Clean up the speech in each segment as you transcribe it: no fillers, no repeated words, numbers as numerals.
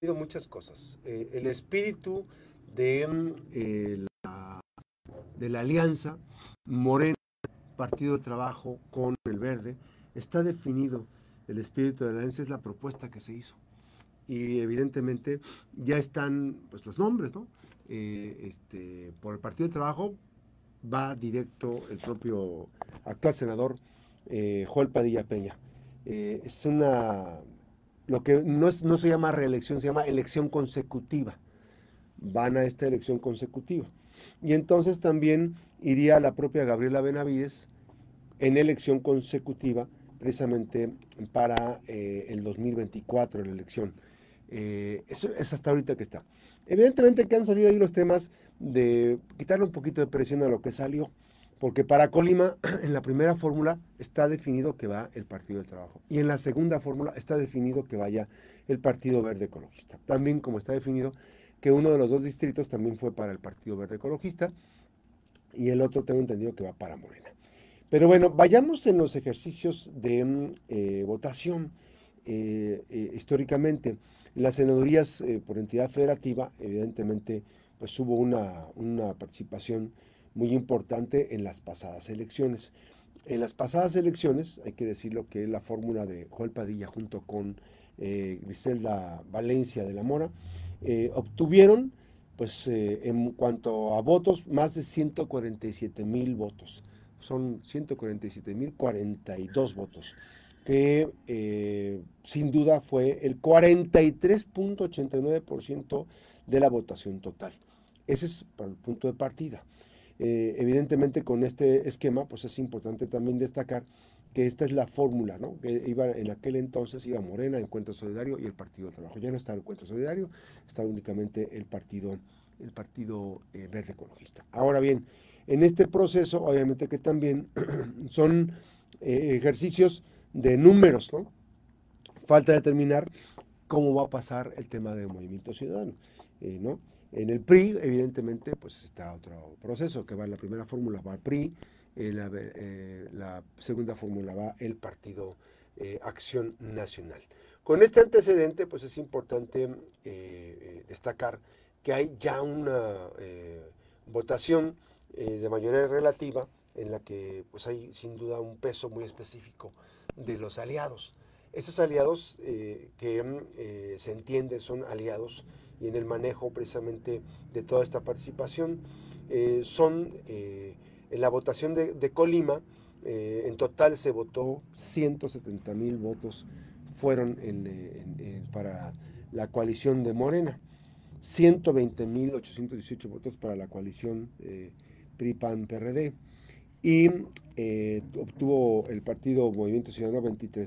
habido muchas cosas. El espíritu de, de la alianza Morena, Partido de Trabajo con el Verde, está definido. El espíritu de la alianza es la propuesta que se hizo. Y evidentemente ya están pues los nombres, ¿no? Por el Partido de Trabajo va directo el propio actual senador Joel Padilla Peña. Es una lo que no se llama reelección, se llama elección consecutiva. Van a esta elección consecutiva. Y entonces también iría la propia Gabriela Benavides en elección consecutiva, precisamente para el 2024, la elección. Eso es hasta ahorita que está. Evidentemente que han salido ahí los temas de quitarle un poquito de presión a lo que salió, porque para Colima, en la primera fórmula está definido que va el Partido del Trabajo, y en la segunda fórmula está definido que vaya el Partido Verde Ecologista. También como está definido que uno de los dos distritos también fue para el Partido Verde Ecologista, y el otro tengo entendido que va para Morena. Pero bueno, vayamos en los ejercicios de votación. Históricamente, las senadurías por entidad federativa, evidentemente, pues hubo una participación muy importante en las pasadas elecciones. En las pasadas elecciones, hay que decirlo que la fórmula de Joel Padilla junto con Griselda Valencia de la Mora obtuvieron, pues en cuanto a votos, más de 147,000 votos. Son 147,042 votos, que sin duda fue el 43.89% de la votación total. Ese es para el punto de partida. Evidentemente con este esquema, pues es importante también destacar que esta es la fórmula, ¿no? Que iba en aquel entonces iba Morena, Encuentro Solidario y el Partido del Trabajo. Ya no está el Encuentro Solidario, está únicamente el Partido Verde Ecologista. Ahora bien, en este proceso, obviamente que también son ejercicios de números, ¿no? Falta determinar cómo va a pasar el tema del Movimiento Ciudadano, ¿no? En el PRI, evidentemente, pues está otro proceso, que va en la primera fórmula, va el PRI, la segunda fórmula va el Partido Acción Nacional. Con este antecedente, pues es importante destacar que hay ya una votación de mayoría relativa en la que pues hay sin duda un peso muy específico de los aliados. Estos aliados que se entiende son aliados y en el manejo precisamente de toda esta participación son en la votación de Colima, en total se votó 170,000 votos fueron para la coalición de Morena, 120,818 votos para la coalición PRI-PAN-PRD y obtuvo el partido Movimiento Ciudadano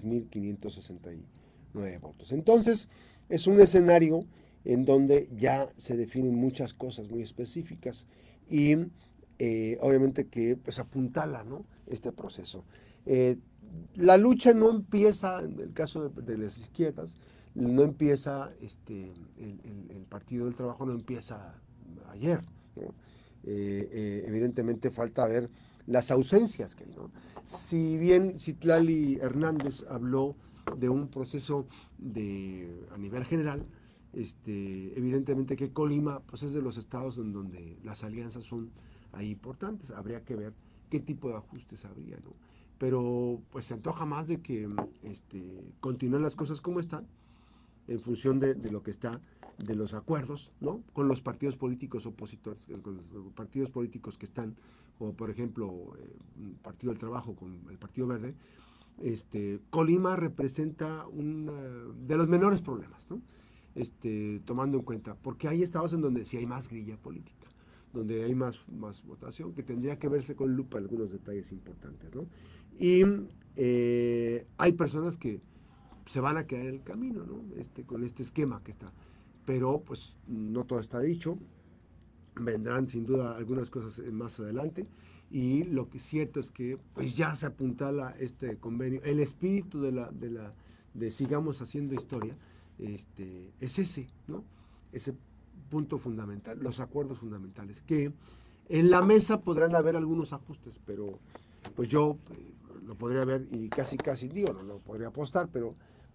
23,569 votos. Entonces, es un escenario en donde ya se definen muchas cosas muy específicas y obviamente que pues apuntala, ¿no?, este proceso. La lucha no empieza, en el caso de las izquierdas, no empieza, el Partido del Trabajo no empieza ayer, ¿no? Evidentemente falta ver las ausencias que hay, ¿no? Si bien Citlali Hernández habló de un proceso a nivel general, evidentemente que Colima pues es de los estados en donde las alianzas son ahí importantes. Habría que ver qué tipo de ajustes habría, ¿no? Pero pues se antoja más de que continúen las cosas como están, en función de lo que está, de los acuerdos, ¿no?, con los partidos políticos opositores, con los partidos políticos que están, como por ejemplo el Partido del Trabajo con el Partido Verde. Colima representa de los menores problemas, ¿no? Tomando en cuenta, porque hay estados en donde sí hay más grilla política, donde hay más votación, que tendría que verse con lupa algunos detalles importantes, ¿no? Y hay personas que se van a quedar en el camino, ¿no? Con este esquema que está. Pero pues no todo está dicho, vendrán sin duda algunas cosas más adelante, y lo que es cierto es que pues ya se apuntala este convenio, el espíritu de sigamos haciendo historia, es ese, ¿no? Ese punto fundamental, los acuerdos fundamentales, que en la mesa podrán haber algunos ajustes, pero pues yo lo podría ver y casi digo, no lo podría apostar, pero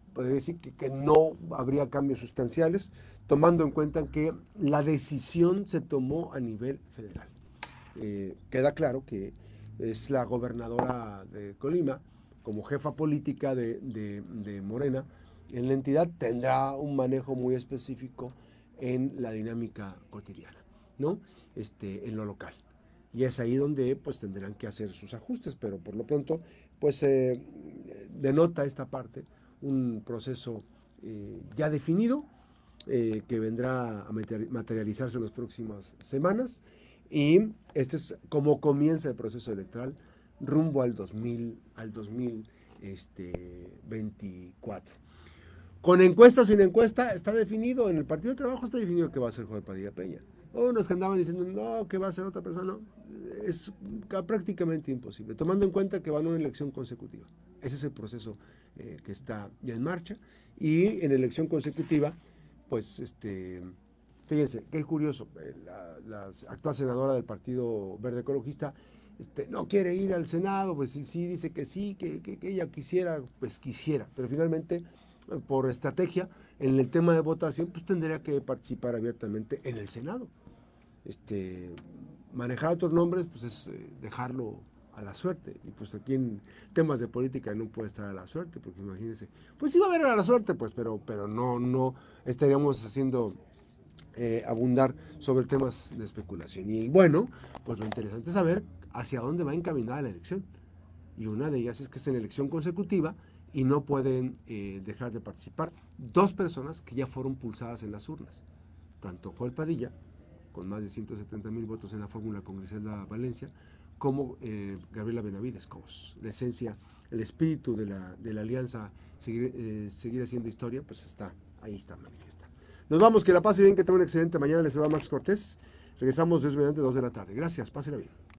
podría decir que no habría cambios sustanciales, tomando en cuenta que la decisión se tomó a nivel federal. Queda claro que es la gobernadora de Colima, como jefa política de Morena, en la entidad tendrá un manejo muy específico en la dinámica cotidiana, ¿no? En lo local. Y es ahí donde pues tendrán que hacer sus ajustes, pero por lo pronto pues denota esta parte un proceso ya definido, que vendrá a materializarse en las próximas semanas, y este es como comienza el proceso electoral rumbo al 2024. Con encuesta o sin encuesta está definido, en el Partido del Trabajo está definido que va a ser Joel Padilla Peña. Unos que andaban diciendo, no, que va a ser otra persona, no, es prácticamente imposible, tomando en cuenta que van a una elección consecutiva. Ese es el proceso que está ya en marcha, y en elección consecutiva, pues, fíjense, qué curioso, la actual senadora del Partido Verde Ecologista no quiere ir al Senado, pues sí dice que sí, que ella quisiera, pues quisiera, pero finalmente, por estrategia, en el tema de votación, pues tendría que participar abiertamente en el Senado. Manejar otros nombres, pues es dejarlo a la suerte, y pues aquí en temas de política no puede estar a la suerte, porque imagínense, pues sí va a haber a la suerte, pues, pero no estaríamos haciendo abundar sobre temas de especulación. Y bueno, pues lo interesante es saber hacia dónde va encaminada la elección, y una de ellas es que es en elección consecutiva y no pueden dejar de participar dos personas que ya fueron pulsadas en las urnas, tanto Joel Padilla, con más de 170,000 votos en la fórmula con Griselda Valencia, como Gabriela Benavides Cobos. La esencia, el espíritu de la alianza, seguir haciendo historia, pues ahí está manifiesta. Nos vamos, que la pase bien, que tenga una excelente mañana. Les saluda Max Cortés. Regresamos desde 2 de la tarde. Gracias, pásenla bien.